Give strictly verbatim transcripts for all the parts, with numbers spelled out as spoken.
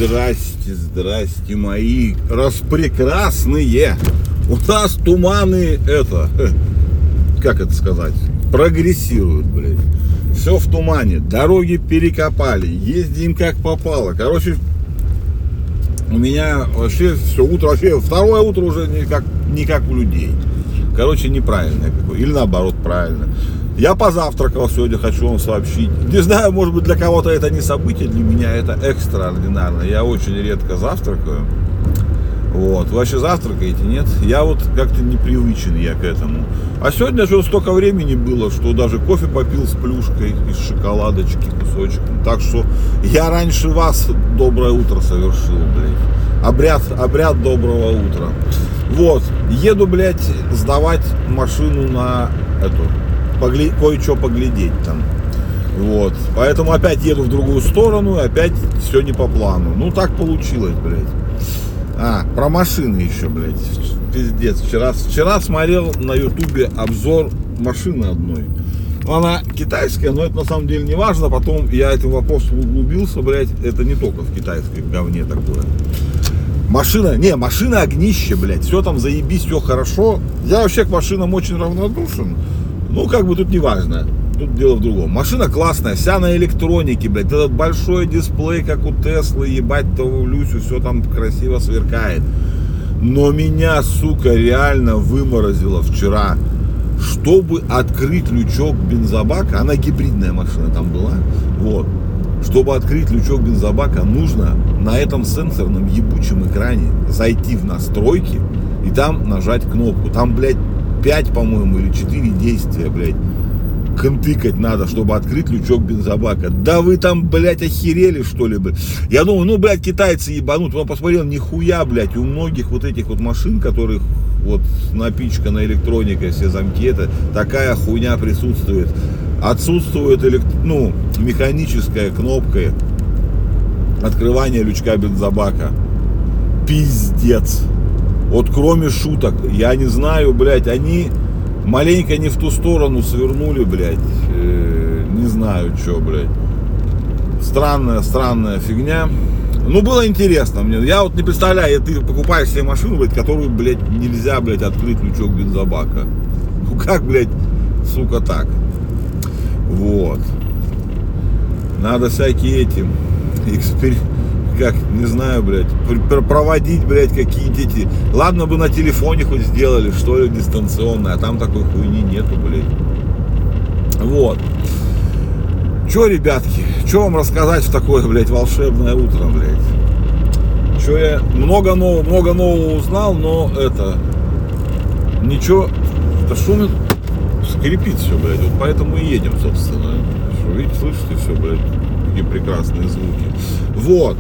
Здрасте, здрасте, мои распрекрасные. У нас туманы, это, как это сказать, прогрессируют, блядь. Все в тумане, дороги перекопали, ездим как попало. Короче, у меня вообще все утро, вообще второе утро уже не как, не как у людей. Короче, неправильное какое, или наоборот правильно. Я позавтракал сегодня, хочу вам сообщить. Не знаю, может быть, для кого-то это не событие, для меня это экстраординарно. Я очень редко завтракаю. Вот. Вы вообще завтракаете, нет? Я вот как-то непривычен я к этому. А сегодня что столько времени было, что даже кофе попил с плюшкой из шоколадочки кусочком. Так что я раньше вас доброе утро совершил, блядь. Обряд, обряд доброго утра. Вот. Еду, блядь, сдавать машину на эту... Погля... кое-что поглядеть там. Вот. Поэтому опять еду в другую сторону, и опять все не по плану. Ну, так получилось, блядь. А, про машины еще, блядь. Пиздец. Вчера, вчера смотрел на ютубе обзор машины одной. Она китайская, но это на самом деле не важно. Потом я этим вопросом углубился, блядь. Это не только в китайской говне такое. Машина, не, машина огнище, блядь. Все там заебись, все хорошо. Я вообще к машинам очень равнодушен. Ну, как бы тут не важно. Тут дело в другом. Машина классная, вся на электронике, блядь. Этот большой дисплей, как у Теслы, ебать-то в Люсю, все там красиво сверкает. Но меня, сука, реально выморозило вчера. Чтобы открыть лючок бензобака, она гибридная машина там была, вот. Чтобы открыть лючок бензобака, нужно на этом сенсорном ебучем экране зайти в настройки и там нажать кнопку. Там, блядь, пять, по-моему, или четыре действия, блядь, контыкать надо, чтобы открыть лючок бензобака. Да вы там, блядь, охерели, что ли, блядь. Я думаю, ну, блядь, китайцы ебанут. Он посмотрел, нихуя, блядь, у многих вот этих вот машин, которых вот напичкана электроника, все замки, это такая хуйня присутствует. Отсутствует, элект... ну, механическая кнопка открывания лючка бензобака. Пиздец. Вот кроме шуток, я не знаю, блядь, они маленько не в ту сторону свернули, блядь, э, не знаю, что, блядь. Странная, странная фигня. Ну, было интересно мне. Я вот не представляю, ты покупаешь себе машину, блядь, которую, блядь, нельзя, блядь, открыть лючок бензобака. Ну, как, блядь, сука, так? Вот. Надо всякие эти эксперименты, как, не знаю, блядь, проводить, блядь, какие-то эти... Ладно бы на телефоне хоть сделали, что ли, дистанционное, а там такой хуйни нету, блядь. Вот. Че, ребятки, что вам рассказать в такое, блядь, волшебное утро, блядь? Че я много нового, много нового узнал, но это... Ничего... Это шумит, скрипит все, блядь, вот поэтому и едем, собственно. Что, видите, слышите все, блядь, какие прекрасные звуки. Вот.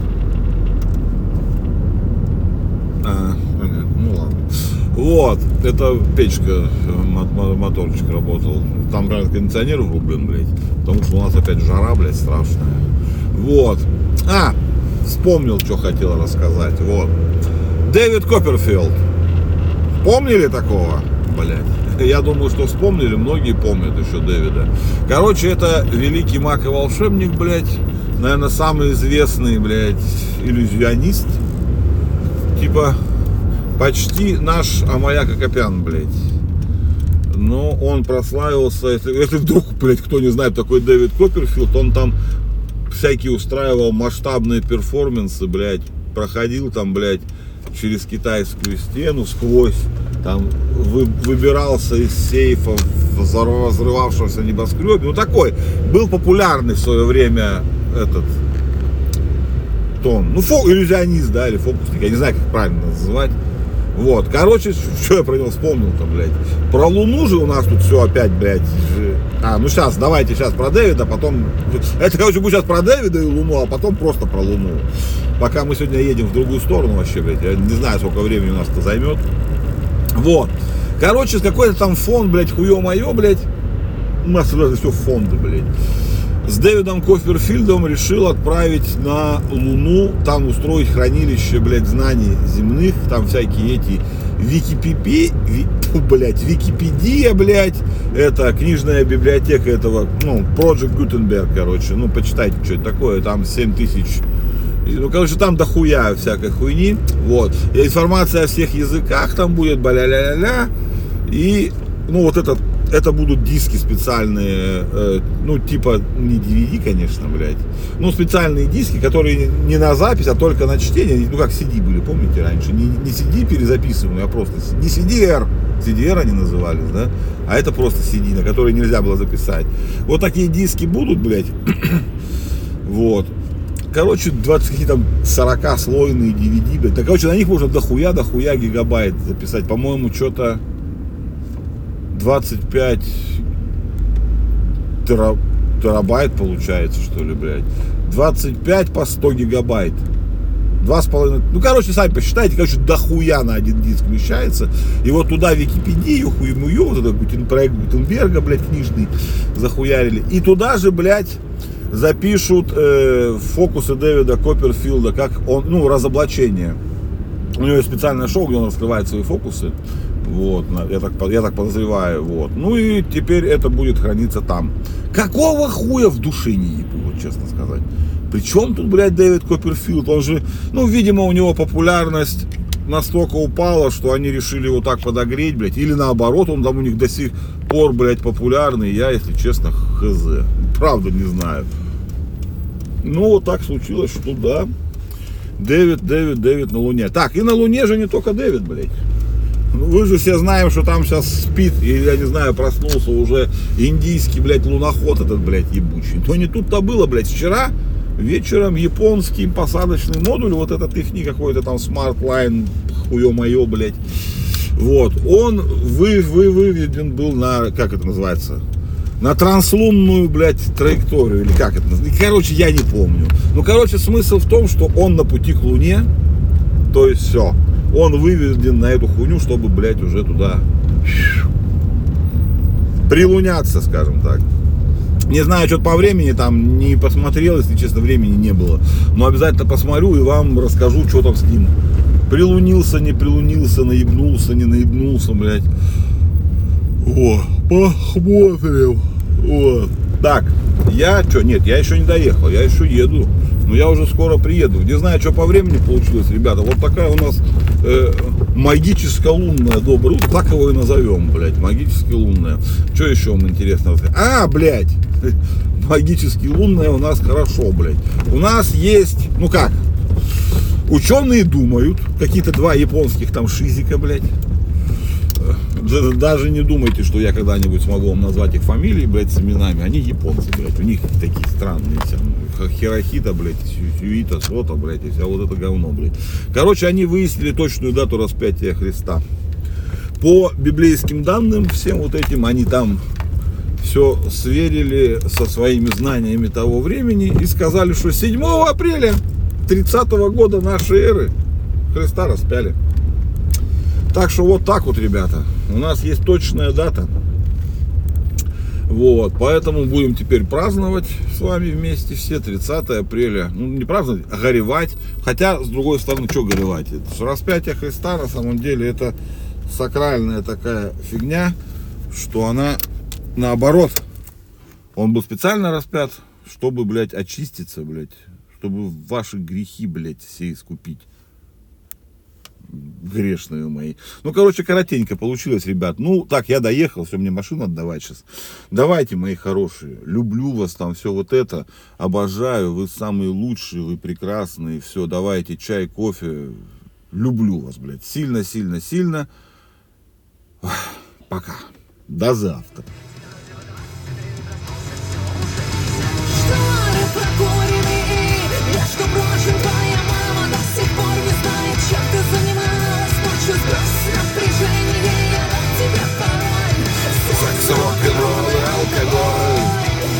А, ну ладно. Вот, это печка, моторчик работал. Там, правда, кондиционер врублен, блядь. Потому что у нас опять жара, блядь, страшная. Вот. А, вспомнил, что хотел рассказать. Вот. Дэвид Копперфилд. Помнили такого? Блядь. Я думаю, что вспомнили, многие помнят еще Дэвида. Короче, это великий маг и волшебник, блядь. Наверное, самый известный, блядь, иллюзионист. Типа, почти наш Амаяк Акопян, блядь. Но он прославился, если, если вдруг, блядь, кто не знает, такой Дэвид Копперфилд, он там всякие устраивал масштабные перформансы, блядь, проходил там, блядь, через китайскую стену, сквозь, там, вы, выбирался из сейфа взрывавшегося небоскреба, ну такой, был популярный в свое время этот, тон, ну, фо, иллюзионист, да, или фокусник, я не знаю, как правильно называть. Вот, короче, что я про него вспомнил-то, блядь. Про Луну же у нас тут все опять, блядь. А, ну сейчас, давайте сейчас про Дэвида, потом... Это, короче, будет сейчас про Дэвида и Луну, а потом просто про Луну. Пока мы сегодня едем в другую сторону вообще, блядь. Я не знаю, сколько времени у нас это займет. Вот. Короче, какой-то там фонд, блядь, хуё-моё, блядь. У нас даже все фонды, блядь. С Дэвидом Копперфилдом решил отправить на Луну, там устроить хранилище, блядь, знаний земных, там всякие эти Википипи, ви, блядь, Википедия, блядь, это книжная библиотека этого, ну, Project Gutenberg, короче, ну, почитайте, что это такое, там семь тысяч Ну, короче, там дохуя всякой хуйни. Вот. И информация о всех языках там будет, бля-ля-ля-ля. И, ну, вот этот, это будут диски специальные, э, ну, типа, не ди ви ди, конечно, блядь. Ну, специальные диски, которые не на запись, а только на чтение. Ну, как си ди были, помните, раньше? Не, не си ди перезаписываемые, а просто не си ди ар. си ди ар они назывались, да? А это просто си ди, на который нельзя было записать. Вот такие диски будут, блядь. Вот. Короче, двадцать какие там сорокаслойные ди ви ди, блядь. Да, короче, на них можно дохуя, дохуя гигабайт записать. По-моему, что-то двадцать пять тера, терабайт получается, что ли, блядь. двадцать пять по сто гигабайт. Два с половиной. Ну, короче, сами посчитайте, короче, дохуя на один диск вмещается. И вот туда Википедию, хуемую, вот этот Гутен, проект Гутенберга, блядь, книжный, захуярили. И туда же, блядь, запишут э, фокусы Дэвида Копперфилда, как он, ну, разоблачение. У него есть специальное шоу, где он раскрывает свои фокусы. Вот, я так, я так подозреваю, вот. Ну и теперь это будет храниться там. Какого хуя в душе не ебу, вот честно сказать. Причем тут, блядь, Дэвид Копперфилд? Он же, ну, видимо, у него популярность настолько упала, что они решили его так подогреть, блядь. Или наоборот, он там у них до сих пор, блядь, популярный. Я, если честно, хз. Правда не знаю. Ну, вот так случилось, что да. Дэвид, Дэвид, Дэвид на Луне. Так, и на Луне же не только Дэвид, блядь. Ну, вы же все знаем, что там сейчас спит, или, я не знаю, проснулся уже индийский, блядь, луноход этот, блядь, ебучий. То не тут-то было, блядь, вчера вечером японский посадочный модуль, вот этот их какой-то там Smart Line, хуё-моё, блядь. Вот, он вы, вы, выведен был на, как это называется, на транслунную, блядь, траекторию, или как это называется. Короче, я не помню. Ну, короче, смысл в том, что он на пути к Луне, то есть все. Он выведен на эту хуйню, чтобы, блядь, уже туда прилуняться, скажем так. Не знаю, что-то по времени там не посмотрел, если честно, времени не было. Но обязательно посмотрю и вам расскажу, что там с ним. Прилунился, не прилунился, наебнулся, не наебнулся, блядь. О, посмотрим. Вот. Так, я что, нет, я еще не доехал, я еще еду. Но я уже скоро приеду. Не знаю, что по времени получилось, ребята. Вот такая у нас э, магическая лунная доброе утро. Так его и назовем, блядь. Магически лунная. Что еще вам интересно рассказать? А, блядь. Магически лунная у нас хорошо, блядь. У нас есть, ну как, ученые думают, какие-то два японских там шизика, блядь. Даже не думайте, что я когда-нибудь смогу вам назвать их фамилии, блядь, с именами. Они японцы, блядь. У них такие странные все. Хирохита, блядь, Сюита, Сота, блядь, и вся вот это говно, блядь. Короче, они выяснили точную дату распятия Христа. По библейским данным, всем вот этим, они там все сверили со своими знаниями того времени и сказали, что седьмого апреля тридцатого года нашей эры Христа распяли. Так что вот так вот, ребята, у нас есть точная дата. Вот, поэтому будем теперь праздновать с вами вместе все тридцатого апреля. Ну, не праздновать, а горевать. Хотя, с другой стороны, что горевать? Это распятие Христа, на самом деле, это сакральная такая фигня, что она, наоборот, он был специально распят, чтобы, блядь, очиститься, блядь, чтобы ваши грехи, блядь, все искупить. Грешные мои. Ну, короче, коротенько получилось, ребят. Ну, так, я доехал, все, мне машину отдавать сейчас. Давайте, мои хорошие, люблю вас там, все вот это, обожаю, вы самые лучшие, вы прекрасные, все, давайте, чай, кофе, люблю вас, блядь, сильно, сильно, сильно. Пока, до завтра.